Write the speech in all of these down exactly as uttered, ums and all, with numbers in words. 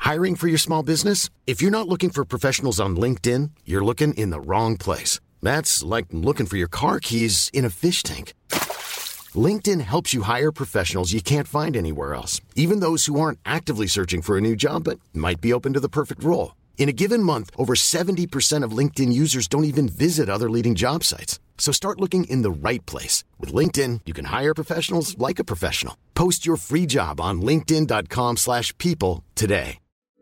Hiring for your small business? If you're not looking for professionals on LinkedIn, you're looking in the wrong place. That's like looking for your car keys in a fish tank. LinkedIn helps you hire professionals you can't find anywhere else, even those who aren't actively searching for a new job but might be open to the perfect role. In a given month, over seventy percent of LinkedIn users don't even visit other leading job sites. So start looking in the right place. With LinkedIn, you can hire professionals like a professional. Post your free job on linkedin dot com slash people today.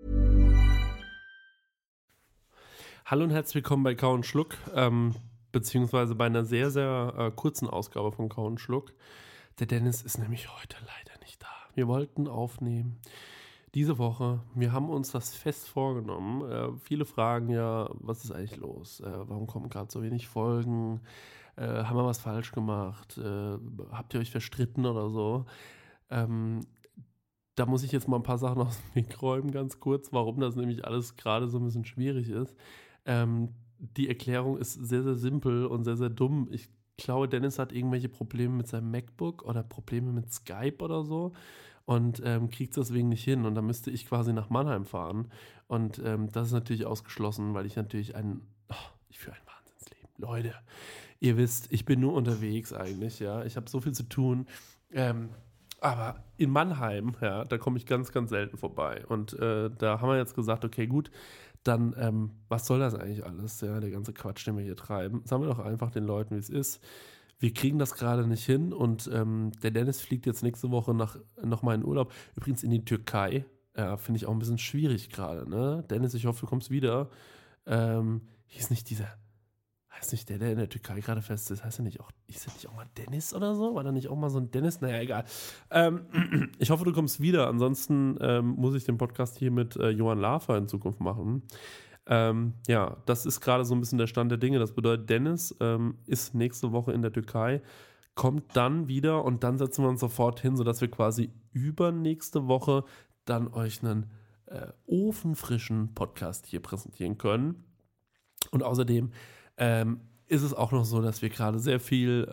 Hallo und herzlich willkommen bei Kau und Schluck, ähm, beziehungsweise bei einer sehr, sehr äh, kurzen Ausgabe von Kau und Schluck. Der Dennis ist nämlich heute leider nicht da. Wir wollten aufnehmen diese Woche. Wir haben uns das fest vorgenommen. Äh, viele fragen ja, was ist eigentlich los? Äh, warum kommen gerade so wenig Folgen? Äh, haben wir was falsch gemacht? Äh, habt ihr euch verstritten oder so? Ähm, da muss ich jetzt mal ein paar Sachen aus dem Weg räumen, ganz kurz, warum das nämlich alles gerade so ein bisschen schwierig ist. Ähm, die Erklärung ist sehr, sehr simpel und sehr, sehr dumm. Ich glaube, Dennis hat irgendwelche Probleme mit seinem MacBook oder Probleme mit Skype oder so und ähm, kriegt es deswegen nicht hin. Und dann müsste ich quasi nach Mannheim fahren. Und ähm, das ist natürlich ausgeschlossen, weil ich natürlich ein, oh, ich führe ein Wahnsinnsleben. Leute, ihr wisst, ich bin nur unterwegs eigentlich, ja. Ich habe so viel zu tun. Ähm, aber in Mannheim, ja, da komme ich ganz, ganz selten vorbei. Und äh, da haben wir jetzt gesagt, okay, gut, dann, ähm, was soll das eigentlich alles, ja, der ganze Quatsch, den wir hier treiben. Sagen wir doch einfach den Leuten, wie es ist. Wir kriegen das gerade nicht hin und ähm, der Dennis fliegt jetzt nächste Woche nach, nochmal in Urlaub, übrigens in die Türkei. Ja, finde ich auch ein bisschen schwierig gerade, ne? Dennis, ich hoffe, du kommst wieder. Ähm, hieß nicht dieser, heißt nicht der, der in der Türkei gerade fest ist, heißt er nicht auch, hieß er nicht auch mal Dennis oder so? War da nicht auch mal so ein Dennis? Naja, egal. Ähm, ich hoffe, du kommst wieder. Ansonsten ähm, muss ich den Podcast hier mit äh, Johann Lafer in Zukunft machen. Ähm, ja, das ist gerade so ein bisschen der Stand der Dinge. Das bedeutet, Dennis ähm, ist nächste Woche in der Türkei, kommt dann wieder und dann setzen wir uns sofort hin, sodass wir quasi übernächste Woche dann euch einen äh, ofenfrischen Podcast hier präsentieren können. Und außerdem ähm, ist es auch noch so, dass wir gerade sehr viel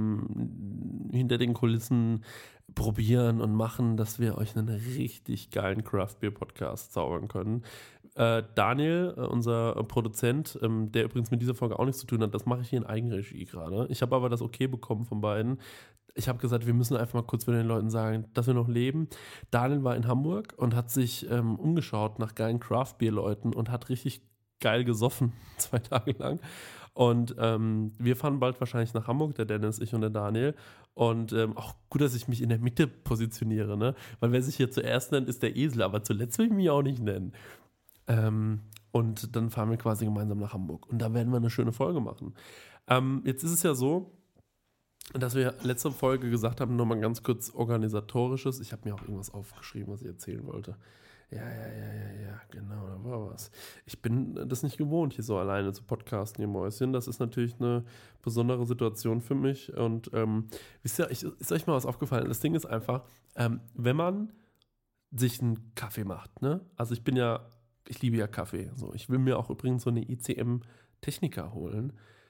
ähm, hinter den Kulissen probieren und machen, dass wir euch einen richtig geilen Craft Beer Podcast zaubern können. Äh, Daniel, äh, unser Produzent, ähm, der übrigens mit dieser Folge auch nichts zu tun hat, das mache ich hier in Eigenregie gerade. Ich habe aber das Okay bekommen von beiden. Ich habe gesagt, wir müssen einfach mal kurz mit den Leuten sagen, dass wir noch leben. Daniel war in Hamburg und hat sich ähm, umgeschaut nach geilen Craft Beer Leuten und hat richtig geil gesoffen, zwei Tage lang. Und ähm, wir fahren bald wahrscheinlich nach Hamburg, der Dennis, ich und der Daniel. Und ähm, auch gut, dass ich mich in der Mitte positioniere, ne? Weil wer sich hier zuerst nennt, ist der Esel, aber zuletzt will ich mich auch nicht nennen. Ähm, und dann fahren wir quasi gemeinsam nach Hamburg. Und da werden wir eine schöne Folge machen. Ähm, jetzt ist es ja so, dass wir letzte Folge gesagt haben, nochmal ganz kurz organisatorisches. Ich habe mir auch irgendwas aufgeschrieben, was ich erzählen wollte. Ja, ja, ja, ja, ja, genau, da war was. Ich bin das nicht gewohnt, hier so alleine zu podcasten, ihr Mäuschen. Das ist natürlich eine besondere Situation für mich. Und ähm, wisst ihr, ich, ist euch mal was aufgefallen? Das Ding ist einfach, ähm, wenn man sich einen Kaffee macht, ne? Also ich bin ja, ich liebe ja Kaffee. So. Ich will mir auch übrigens so eine I C M Technica holen.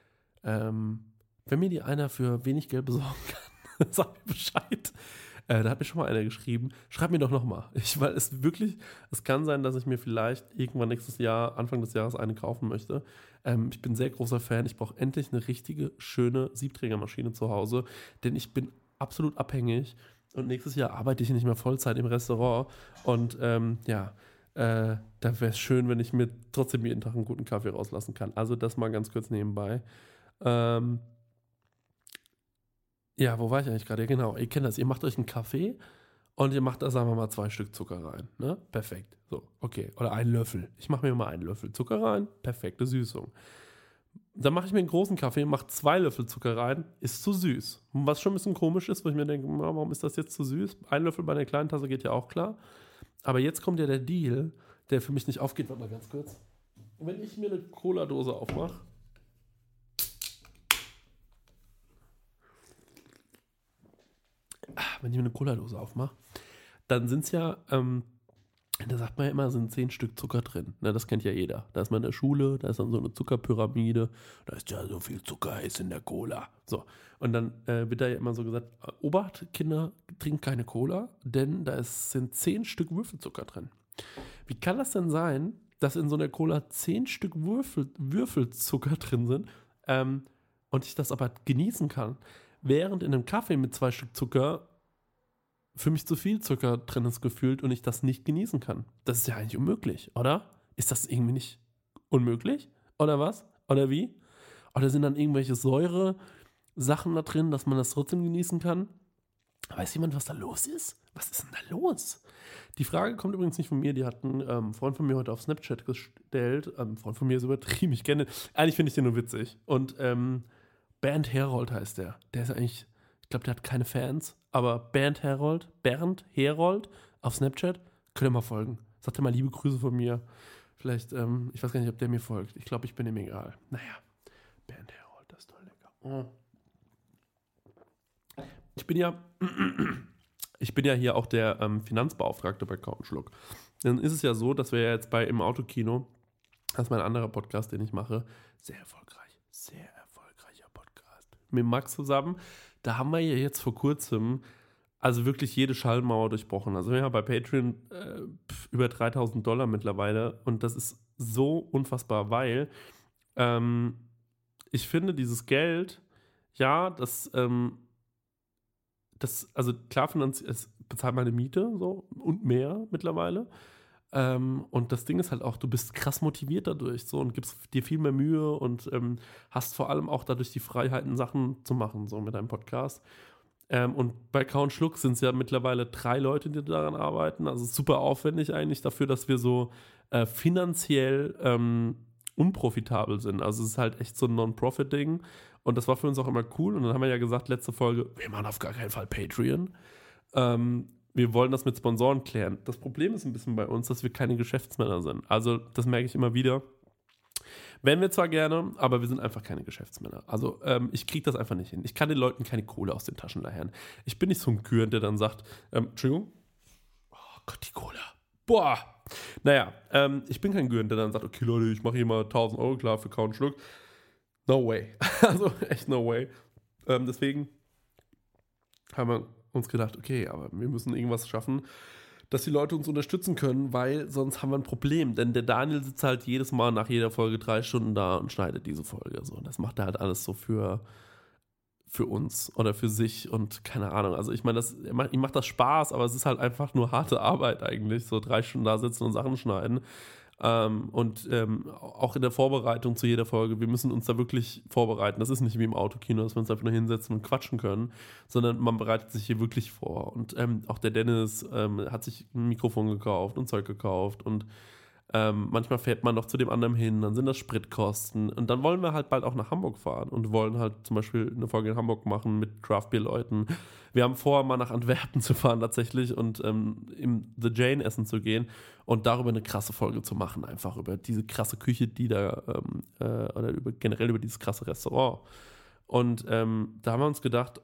Ähm, wenn mir die einer für wenig Geld besorgen kann, sag mir Bescheid. Äh, da hat mir schon mal einer geschrieben, schreib mir doch nochmal. Weil es wirklich, es kann sein, dass ich mir vielleicht irgendwann nächstes Jahr, Anfang des Jahres eine kaufen möchte. Ähm, ich bin ein sehr großer Fan. Ich brauche endlich eine richtige, schöne Siebträgermaschine zu Hause, denn ich bin absolut abhängig und nächstes Jahr arbeite ich nicht mehr Vollzeit im Restaurant und ähm, ja, äh, da wäre es schön, wenn ich mir trotzdem jeden Tag einen guten Kaffee rauslassen kann. Also das mal ganz kurz nebenbei. Ähm, Ja, wo war ich eigentlich gerade? Ja, genau, ihr kennt das. Ihr macht euch einen Kaffee und ihr macht da, sagen wir mal, zwei Stück Zucker rein. Ne? Perfekt. So, okay. Oder einen Löffel. Ich mache mir mal einen Löffel Zucker rein. Perfekte Süßung. Dann mache ich mir einen großen Kaffee, mache zwei Löffel Zucker rein. Ist zu süß. Was schon ein bisschen komisch ist, wo ich mir denke, warum ist das jetzt zu süß? Ein Löffel bei einer kleinen Tasse geht ja auch klar. Aber jetzt kommt ja der Deal, der für mich nicht aufgeht. Warte mal ganz kurz. Wenn ich mir eine Cola-Dose aufmache, wenn ich mir eine Cola-Dose aufmache, dann sind es ja, ähm, da sagt man ja immer, sind zehn Stück Zucker drin. Na, das kennt ja jeder. Da ist man in der Schule, da ist dann so eine Zuckerpyramide, da ist ja so viel Zucker ist in der Cola. So, und dann äh, wird da ja immer so gesagt, Obacht, Kinder, trinkt keine Cola, denn da ist, sind zehn Stück Würfelzucker drin. Wie kann das denn sein, dass in so einer Cola zehn Stück Würfel, Würfelzucker drin sind ähm, und ich das aber genießen kann, während in einem Kaffee mit zwei Stück Zucker für mich zu viel Zucker drin ist gefühlt und ich das nicht genießen kann? Das ist ja eigentlich unmöglich, oder? Ist das irgendwie nicht unmöglich? Oder was? Oder wie? Oder sind dann irgendwelche Säure-Sachen da drin, dass man das trotzdem genießen kann? Weiß jemand, was da los ist? Was ist denn da los? Die Frage kommt übrigens nicht von mir, die hat ein ähm, Freund von mir heute auf Snapchat gestellt. Ähm, ein Freund von mir ist übertrieben, ich kenne den. Eigentlich finde ich den nur witzig. Und ähm, Bernd Herold heißt der. Der ist eigentlich, ich glaube, der hat keine Fans, aber Bernd Herold, Bernd Herold auf Snapchat, könnt ihr mal folgen. Sagt er mal liebe Grüße von mir. Vielleicht, ähm, ich weiß gar nicht, ob der mir folgt. Ich glaube, ich bin ihm egal. Naja, Bernd Herold, das ist doch lecker. Oh. Ich bin ja, ich bin ja hier auch der ähm, Finanzbeauftragte bei Kauen Schluck. Dann ist es ja so, dass wir ja jetzt bei Im Autokino, das ist mein anderer Podcast, den ich mache, sehr erfolgreich, sehr erfolgreicher Podcast. Mit Max zusammen, da haben wir ja jetzt vor kurzem also wirklich jede Schallmauer durchbrochen. Also wir haben bei Patreon äh, über dreitausend Dollar mittlerweile und das ist so unfassbar, weil ähm, ich finde, dieses Geld, ja, das ähm, Das, also klar, finanz- es bezahlt meine Miete so und mehr mittlerweile. Ähm, und das Ding ist halt auch, du bist krass motiviert dadurch so und gibst dir viel mehr Mühe und ähm, hast vor allem auch dadurch die Freiheiten, Sachen zu machen, so mit deinem Podcast. Ähm, und bei Kauen Schluck sind es ja mittlerweile drei Leute, die daran arbeiten. Also super aufwendig eigentlich dafür, dass wir so äh, finanziell ähm, unprofitabel sind. Also es ist halt echt so ein Non-Profit-Ding. Und das war für uns auch immer cool. Und dann haben wir ja gesagt, letzte Folge, wir machen auf gar keinen Fall Patreon. Ähm, wir wollen das mit Sponsoren klären. Das Problem ist ein bisschen bei uns, dass wir keine Geschäftsmänner sind. Also das merke ich immer wieder. Wären wir zwar gerne, aber wir sind einfach keine Geschäftsmänner. Also ähm, ich kriege das einfach nicht hin. Ich kann den Leuten keine Kohle aus den Taschen leiern. Ich bin nicht so ein Küren, der dann sagt, ähm, Entschuldigung? Oh Gott, die Cola. Boah. Naja, ähm, ich bin kein Küren, der dann sagt, okay Leute, ich mache hier mal tausend Euro klar für Kauen Schluck. No way. Also echt no way. Ähm, deswegen haben wir uns gedacht, okay, aber wir müssen irgendwas schaffen, dass die Leute uns unterstützen können, weil sonst haben wir ein Problem. Denn der Daniel sitzt halt jedes Mal nach jeder Folge drei Stunden da und schneidet diese Folge. So. Und das macht er halt alles so für, für uns oder für sich und keine Ahnung. Also ich meine, das, ihm macht das Spaß, aber es ist halt einfach nur harte Arbeit eigentlich. So drei Stunden da sitzen und Sachen schneiden. Ähm, und ähm, auch in der Vorbereitung zu jeder Folge, wir müssen uns da wirklich vorbereiten. Das ist nicht wie im Autokino, dass wir uns einfach nur hinsetzen und quatschen können, sondern man bereitet sich hier wirklich vor. Und ähm, auch der Dennis ähm, hat sich ein Mikrofon gekauft und Zeug gekauft und ähm, manchmal fährt man noch zu dem anderen hin, dann sind das Spritkosten und dann wollen wir halt bald auch nach Hamburg fahren und wollen halt zum Beispiel eine Folge in Hamburg machen mit Craft-Beer-Leuten. Wir haben vor, mal nach Antwerpen zu fahren tatsächlich und ähm, im The Jane essen zu gehen und darüber eine krasse Folge zu machen, einfach über diese krasse Küche, die da ähm, äh, oder über, generell über dieses krasse Restaurant. Und ähm, da haben wir uns gedacht,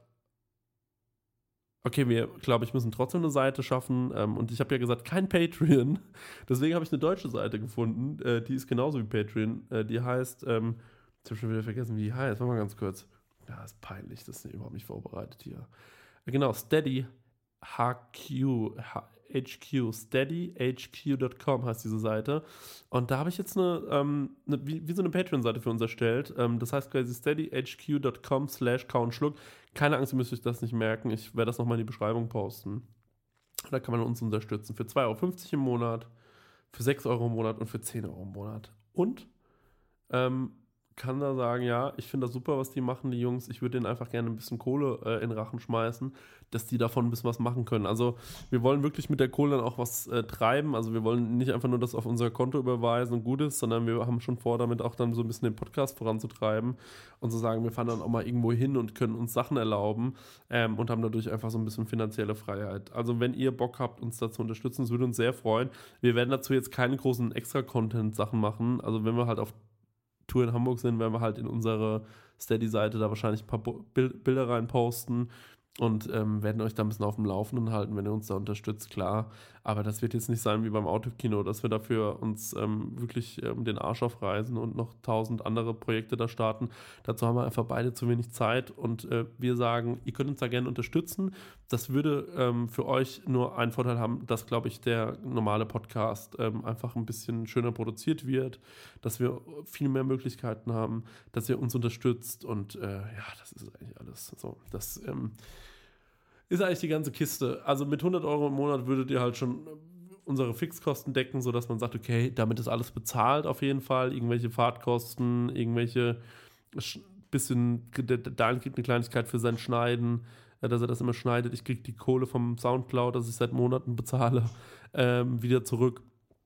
okay, wir, glaube ich, müssen trotzdem eine Seite schaffen. Ähm, und ich habe ja gesagt, kein Patreon. Deswegen habe ich eine deutsche Seite gefunden. Äh, die ist genauso wie Patreon. Äh, die heißt, ähm, ich habe schon wieder vergessen, wie die heißt. Warte mal ganz kurz. Ja, ist peinlich, das ist überhaupt nicht vorbereitet hier. Äh, genau, Steady H Q, H Q, steady H Q Punkt com heißt diese Seite. Und da habe ich jetzt eine, ähm, eine wie, wie so eine Patreon-Seite für uns erstellt. Ähm, das heißt quasi steady H Q Punkt com slash Kauenschluck. Keine Angst, ihr müsst euch das nicht merken. Ich werde das nochmal in die Beschreibung posten. Da kann man uns unterstützen. Für zwei Euro fünfzig im Monat, für sechs Euro im Monat und für zehn Euro im Monat. Und ähm, kann da sagen, ja, ich finde das super, was die machen, die Jungs. Ich würde denen einfach gerne ein bisschen Kohle äh, in den Rachen schmeißen, dass die davon ein bisschen was machen können. Also wir wollen wirklich mit der Kohle dann auch was äh, treiben. Also wir wollen nicht einfach nur das auf unser Konto überweisen und gut ist, sondern wir haben schon vor, damit auch dann so ein bisschen den Podcast voranzutreiben und zu sagen, wir fahren dann auch mal irgendwo hin und können uns Sachen erlauben ähm, und haben dadurch einfach so ein bisschen finanzielle Freiheit. Also wenn ihr Bock habt, uns da zu unterstützen, das würde uns sehr freuen. Wir werden dazu jetzt keine großen Extra-Content-Sachen machen. Also wenn wir halt auf Tour in Hamburg sind, werden wir halt in unsere Steady-Seite da wahrscheinlich ein paar Bild- Bilder rein posten und ähm, werden euch da ein bisschen auf dem Laufenden halten, wenn ihr uns da unterstützt, klar. Aber das wird jetzt nicht sein wie beim Autokino, dass wir dafür uns ähm, wirklich ähm, den Arsch aufreißen und noch tausend andere Projekte da starten. Dazu haben wir einfach beide zu wenig Zeit und äh, wir sagen, ihr könnt uns da gerne unterstützen. Das würde ähm, für euch nur einen Vorteil haben, dass, glaube ich, der normale Podcast ähm, einfach ein bisschen schöner produziert wird, dass wir viel mehr Möglichkeiten haben, dass ihr uns unterstützt und äh, ja, das ist eigentlich alles so. Das ähm, ist eigentlich die ganze Kiste. Also mit hundert Euro im Monat würdet ihr halt schon unsere Fixkosten decken, sodass man sagt, okay, damit ist alles bezahlt auf jeden Fall. Irgendwelche Fahrtkosten, irgendwelche bisschen, Daniel kriegt eine Kleinigkeit für sein Schneiden, dass er das immer schneidet. Ich kriege die Kohle vom Soundcloud, das ich seit Monaten bezahle, ähm, wieder zurück.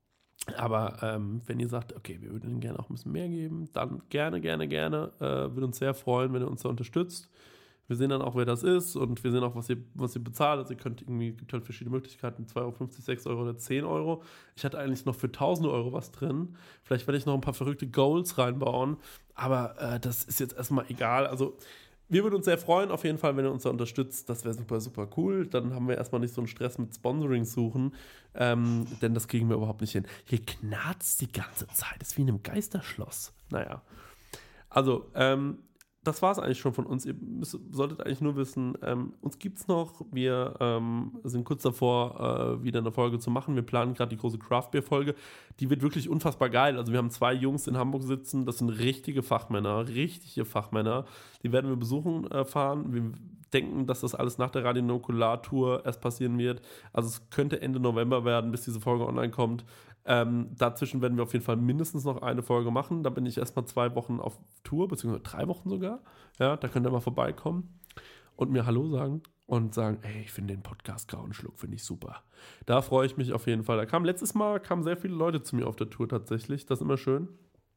Aber ähm, wenn ihr sagt, okay, wir würden Ihnen gerne auch ein bisschen mehr geben, dann gerne, gerne, gerne. Äh, würde uns sehr freuen, wenn ihr uns da unterstützt. Wir sehen dann auch, wer das ist und wir sehen auch, was ihr, was ihr bezahlt. Also ihr könnt irgendwie, gibt halt verschiedene Möglichkeiten, zwei Euro fünfzig, sechs Euro oder zehn Euro. Ich hatte eigentlich noch für tausend Euro was drin. Vielleicht werde ich noch ein paar verrückte Goals reinbauen, aber äh, das ist jetzt erstmal egal. Also wir würden uns sehr freuen, auf jeden Fall, wenn ihr uns da unterstützt. Das wäre super, super cool. Dann haben wir erstmal nicht so einen Stress mit Sponsoring suchen, ähm, denn das kriegen wir überhaupt nicht hin. Hier knarzt die ganze Zeit. Das ist wie in einem Geisterschloss. Naja, also, ähm, das war es eigentlich schon von uns. Ihr müsst, solltet eigentlich nur wissen, ähm, uns gibt es noch. Wir ähm, sind kurz davor, äh, wieder eine Folge zu machen. Wir planen gerade die große Craft Beer Folge. Die wird wirklich unfassbar geil. Also wir haben zwei Jungs in Hamburg sitzen. Das sind richtige Fachmänner, richtige Fachmänner. Die werden wir besuchen äh, fahren. Wir denken, dass das alles nach der Radionukular-Tour erst passieren wird. Also es könnte Ende November werden, bis diese Folge online kommt. Ähm, dazwischen werden wir auf jeden Fall mindestens noch eine Folge machen. Da bin ich erstmal zwei Wochen auf Tour, beziehungsweise drei Wochen sogar. Ja, da könnt ihr mal vorbeikommen und mir Hallo sagen und sagen, ey, ich finde den Podcast Grau und Schluck, finde ich super. Da freue ich mich auf jeden Fall. Da kam letztes Mal kamen sehr viele Leute zu mir auf der Tour tatsächlich. Das ist immer schön.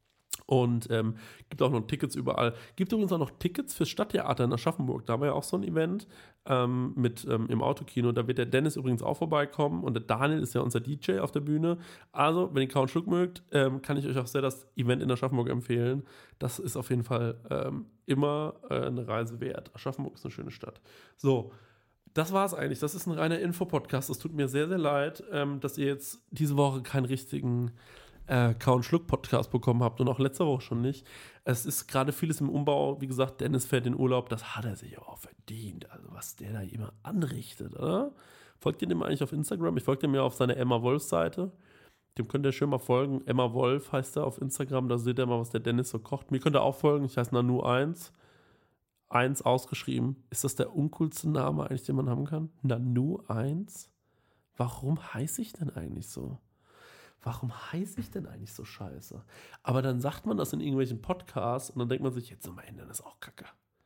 Und ähm, gibt auch noch Tickets überall. Gibt übrigens auch noch Tickets fürs Stadttheater in Aschaffenburg. Da war ja auch so ein Event ähm, mit ähm, im Autokino. Da wird der Dennis übrigens auch vorbeikommen. Und der Daniel ist ja unser D J auf der Bühne. Also, wenn ihr Grau und Schluck mögt, ähm, kann ich euch auch sehr das Event in Aschaffenburg empfehlen. Das ist auf jeden Fall ähm, immer äh, eine Reise wert. Aschaffenburg ist eine schöne Stadt. So, das war es eigentlich. Das ist ein reiner Info-Podcast. Es tut mir sehr, sehr leid, ähm, dass ihr jetzt diese Woche keinen richtigen Äh, Kau- und Schluck-Podcast bekommen habt und auch letzte Woche schon nicht. Es ist gerade vieles im Umbau. Wie gesagt, Dennis fährt in Urlaub. Das hat er sich aber auch verdient. Also was der da immer anrichtet, oder? Folgt ihr dem eigentlich auf Instagram? Ich folge dem ja auf seiner Emma Wolf-Seite. Dem könnt ihr schön mal folgen. Emma Wolf heißt er auf Instagram. Da seht ihr mal, was der Dennis so kocht. Mir könnt ihr auch folgen. Ich heiße Nanu eins. eins ausgeschrieben. Ist das der uncoolste Name eigentlich, den man haben kann? Nanu eins? Warum heiße ich denn eigentlich so? Warum heiße ich denn eigentlich so scheiße? Aber dann sagt man das in irgendwelchen Podcasts und dann denkt man sich, jetzt nochmal ändern, das ist auch kacke.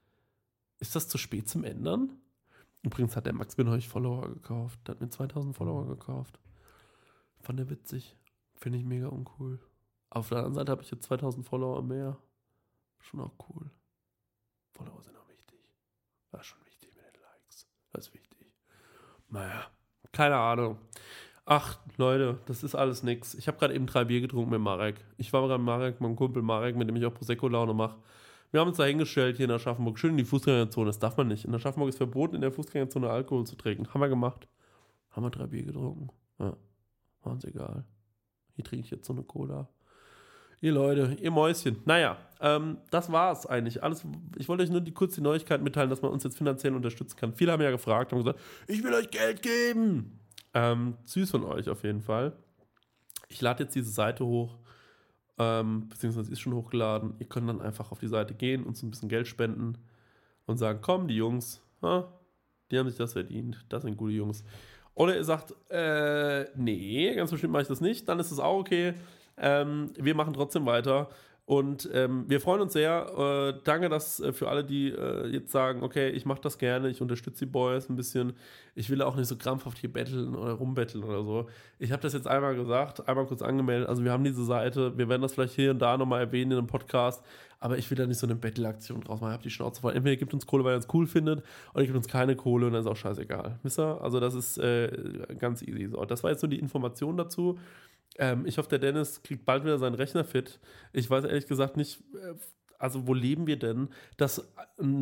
Ist das zu spät zum Ändern? Übrigens hat der Max mir neulich Follower gekauft. Der hat mir zweitausend Follower gekauft. Fand der witzig. Finde ich mega uncool. Auf der anderen Seite habe ich jetzt zweitausend Follower mehr. Schon auch cool. Follower sind auch wichtig. Das ist schon wichtig mit den Likes. Das ist wichtig. Naja, keine Ahnung. Ach, Leute, das ist alles nix. Ich habe gerade eben drei Bier getrunken mit Marek. Ich war gerade mit Marek, meinem Kumpel Marek, mit dem ich auch Prosecco-Laune mache. Wir haben uns da hingestellt hier in Aschaffenburg, schön in die Fußgängerzone. Das darf man nicht. In Aschaffenburg ist verboten, in der Fußgängerzone Alkohol zu trinken. Haben wir gemacht. Haben wir drei Bier getrunken. Ja, war uns egal. Hier trinke ich jetzt so eine Cola. Ihr Leute, ihr Mäuschen. Naja, ähm, das war's eigentlich. Alles, ich wollte euch nur die, kurz die Neuigkeit mitteilen, dass man uns jetzt finanziell unterstützen kann. Viele haben ja gefragt, haben gesagt, ich will euch Geld geben. Ähm, süß von euch auf jeden Fall. Ich lade jetzt diese Seite hoch, ähm, beziehungsweise ist schon hochgeladen. Ihr könnt dann einfach auf die Seite gehen, uns ein bisschen Geld spenden und sagen, komm, die Jungs, ha, die haben sich das verdient, das sind gute Jungs. Oder ihr sagt, äh, nee, ganz bestimmt mache ich das nicht, dann ist es auch okay. Ähm, wir machen trotzdem weiter. Und ähm, wir freuen uns sehr. Äh, danke dass, äh, für alle, die äh, jetzt sagen, okay, ich mache das gerne, ich unterstütze die Boys ein bisschen. Ich will auch nicht so krampfhaft hier betteln oder rumbetteln oder so. Ich habe das jetzt einmal gesagt, einmal kurz angemeldet. Also wir haben diese Seite, wir werden das vielleicht hier und da nochmal erwähnen in einem Podcast, aber ich will da nicht so eine Bettelaktion draus machen. Ich habe die Schnauze voll. Entweder ihr gebt uns Kohle, weil ihr es cool findet, oder ihr gebt uns keine Kohle und dann ist auch scheißegal. Wisst ihr? Also das ist äh, ganz easy. So, das war jetzt nur die Information dazu. Ähm, ich hoffe, der Dennis kriegt bald wieder seinen Rechner fit. Ich weiß ehrlich gesagt nicht, äh, also wo leben wir denn, dass ein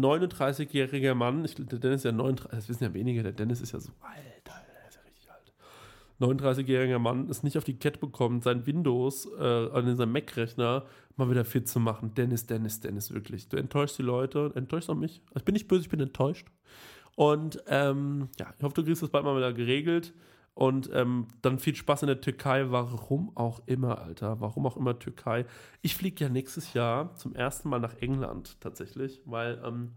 neununddreißigjähriger Mann, ich, der Dennis ist ja neununddreißig, das wissen ja wenige, der Dennis ist ja so alt, der ist ja richtig alt. neununddreißigjähriger Mann es nicht auf die Kette bekommt, sein Windows, äh, also seinen Mac-Rechner mal wieder fit zu machen. Dennis, Dennis, Dennis, wirklich. Du enttäuschst die Leute, enttäuschst auch mich. Ich bin nicht böse, ich bin enttäuscht. Und ähm, ja, ich hoffe, du kriegst das bald mal wieder geregelt. Und ähm, dann viel Spaß in der Türkei, warum auch immer, Alter, warum auch immer Türkei. Ich fliege ja nächstes Jahr zum ersten Mal nach England tatsächlich, weil, ähm,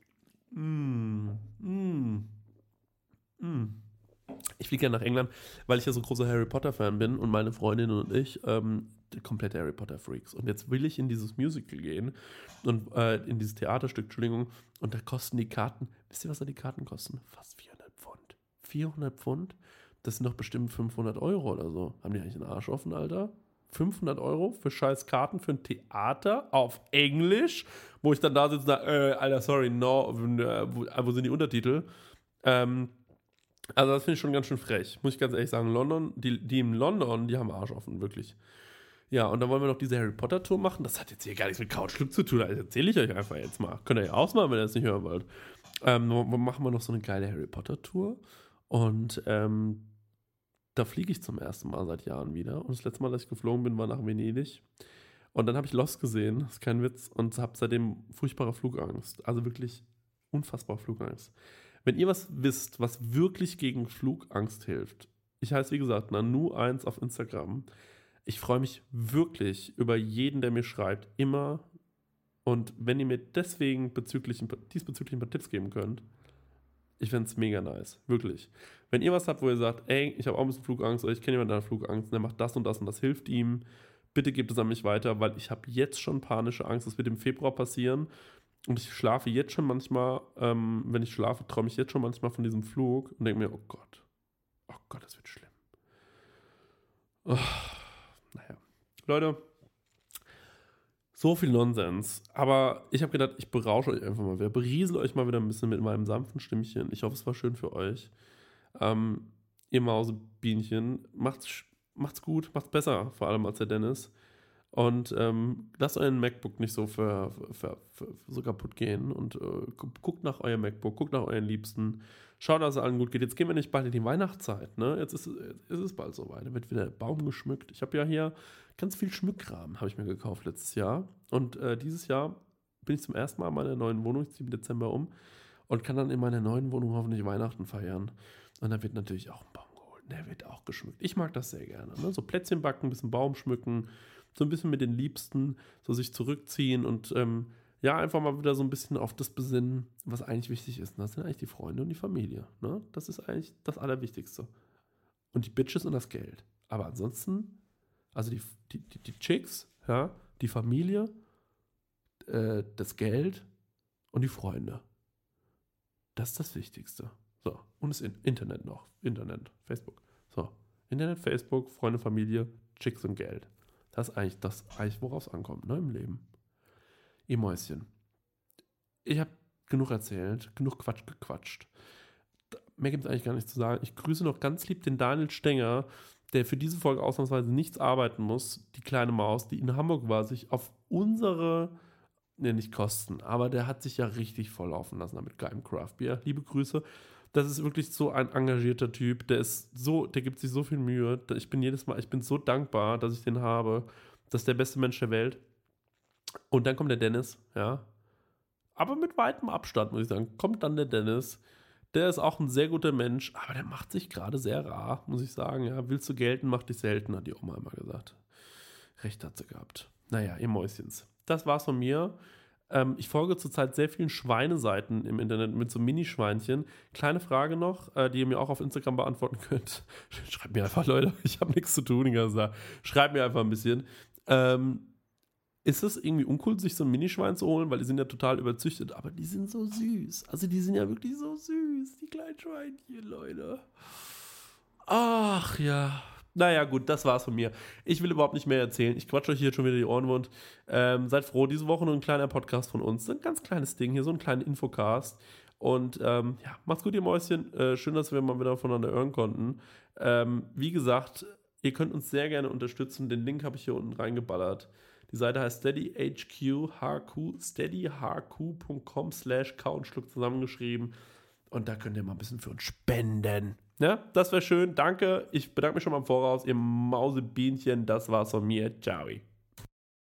mm, mm, mm. ich fliege ja nach England, weil ich ja so großer Harry Potter-Fan bin und meine Freundin und ich ähm, komplette Harry Potter-Freaks. Und jetzt will ich in dieses Musical gehen und äh, in dieses Theaterstück, Entschuldigung, und da kosten die Karten, wisst ihr, was da die Karten kosten? Fast vierhundert Pfund. vierhundert Pfund? Das sind doch bestimmt fünfhundert Euro oder so. Haben die eigentlich den Arsch offen, Alter? fünfhundert Euro für scheiß Karten für ein Theater auf Englisch, wo ich dann da sitze und sage, äh, Alter, sorry, no, wo, wo sind die Untertitel? Ähm, also das finde ich schon ganz schön frech, muss ich ganz ehrlich sagen. London, die, die in London, die haben Arsch offen, wirklich. Ja, und dann wollen wir noch diese Harry Potter Tour machen. Das hat jetzt hier gar nichts mit Couchschluck zu tun, das erzähle ich euch einfach jetzt mal. Könnt ihr ja ausmachen, wenn ihr das nicht hören wollt. Ähm, machen wir noch so eine geile Harry Potter Tour und ähm, da fliege ich zum ersten Mal seit Jahren wieder. Und das letzte Mal, dass ich geflogen bin, war nach Venedig. Und dann habe ich Lost gesehen, das ist kein Witz, und habe seitdem furchtbare Flugangst. Also wirklich unfassbare Flugangst. Wenn ihr was wisst, was wirklich gegen Flugangst hilft, ich heiße wie gesagt Nanu eins auf Instagram. Ich freue mich wirklich über jeden, der mir schreibt, immer. Und wenn ihr mir deswegen bezüglich, diesbezüglich ein paar Tipps geben könnt, ich fände es mega nice, wirklich. Wenn ihr was habt, wo ihr sagt, ey, ich habe auch ein bisschen Flugangst oder ich kenne jemanden, der hat Flugangst, der macht das und das und das hilft ihm, bitte gebt es an mich weiter, weil ich habe jetzt schon panische Angst, das wird im Februar passieren und ich schlafe jetzt schon manchmal, ähm, wenn ich schlafe, träume ich jetzt schon manchmal von diesem Flug und denke mir, oh Gott, oh Gott, das wird schlimm. Oh, naja, Leute, so viel Nonsens. Aber ich habe gedacht, ich berausche euch einfach mal wieder. Beriesel euch mal wieder ein bisschen mit meinem sanften Stimmchen. Ich hoffe, es war schön für euch. Ähm, ihr Mausebienchen, macht's, macht's gut, macht's besser, vor allem als der Dennis. Und ähm, lasst euren MacBook nicht so, für, für, für, so kaputt gehen. Und äh, guckt nach eurem MacBook, guckt nach euren Liebsten. Schaut, dass es allen gut geht. Jetzt gehen wir nicht bald in die Weihnachtszeit. Ne? Jetzt ist, jetzt ist es bald soweit. Da wird wieder der Baum geschmückt. Ich habe ja hier ganz viel Schmückkram, habe ich mir gekauft letztes Jahr. Und äh, dieses Jahr bin ich zum ersten Mal in meiner neuen Wohnung. Ich ziehe im Dezember um. Und kann dann in meiner neuen Wohnung hoffentlich Weihnachten feiern. Und da wird natürlich auch ein Baum geholt. Der wird auch geschmückt. Ich mag das sehr gerne. Ne? So Plätzchen backen, ein bisschen Baum schmücken. So ein bisschen mit den Liebsten, so sich zurückziehen und ähm, ja, einfach mal wieder so ein bisschen auf das besinnen, was eigentlich wichtig ist. Und das sind eigentlich die Freunde und die Familie. Ne? Das ist eigentlich das Allerwichtigste. Und die Bitches und das Geld. Aber ansonsten, also die, die, die, die Chicks, ja, die Familie, äh, das Geld und die Freunde. Das ist das Wichtigste. So, und das Internet noch. Internet, Facebook. So, Internet, Facebook, Freunde, Familie, Chicks und Geld. Das ist eigentlich das, eigentlich worauf es ankommt, ne, im Leben. Ihr Mäuschen. Ich habe genug erzählt, genug Quatsch gequatscht. Mehr gibt es eigentlich gar nicht zu sagen. Ich grüße noch ganz lieb den Daniel Stenger, der für diese Folge ausnahmsweise nichts arbeiten muss. Die kleine Maus, die in Hamburg war, sich auf unsere, ne, nicht Kosten, aber der hat sich ja richtig volllaufen lassen damit geilem Craft Beer. Liebe Grüße. Das ist wirklich so ein engagierter Typ, der ist so, der gibt sich so viel Mühe. Ich bin jedes Mal, ich bin so dankbar, dass ich den habe. Das ist der beste Mensch der Welt. Und dann kommt der Dennis, ja. Aber mit weitem Abstand, muss ich sagen, kommt dann der Dennis. Der ist auch ein sehr guter Mensch, aber der macht sich gerade sehr rar, muss ich sagen. Ja, willst du gelten, mach dich selten, hat die Oma immer gesagt. Recht hat sie gehabt. Naja, ihr Mäuschens. Das war's von mir. Ähm, ich folge zurzeit sehr vielen Schweineseiten im Internet mit so Mini-Schweinchen. Kleine Frage noch, äh, die ihr mir auch auf Instagram beantworten könnt. Schreibt mir einfach, Leute, ich habe nichts zu tun. Schreibt mir einfach ein bisschen. Ähm, ist es irgendwie uncool, sich so ein Minischwein zu holen? Weil die sind ja total überzüchtet, aber die sind so süß. Also die sind ja wirklich so süß, die kleinen Schweinchen, Leute. Ach ja. Naja, gut, das war's von mir. Ich will überhaupt nicht mehr erzählen. Ich quatsche euch hier schon wieder die Ohren wund. Ähm, seid froh, diese Woche nur ein kleiner Podcast von uns. Ein ganz kleines Ding hier, so ein kleiner Infocast. Und ähm, ja, macht's gut, ihr Mäuschen. Äh, schön, dass wir mal wieder voneinander hören konnten. Ähm, wie gesagt, ihr könnt uns sehr gerne unterstützen. Den Link habe ich hier unten reingeballert. Die Seite heißt steadyhq, steadyhq.com slash Couchschluck zusammengeschrieben. Und da könnt ihr mal ein bisschen für uns spenden. Ja, das wäre schön. Danke. Ich bedanke mich schon mal im Voraus. Ihr Mausebienchen, das war's von mir. Ciao.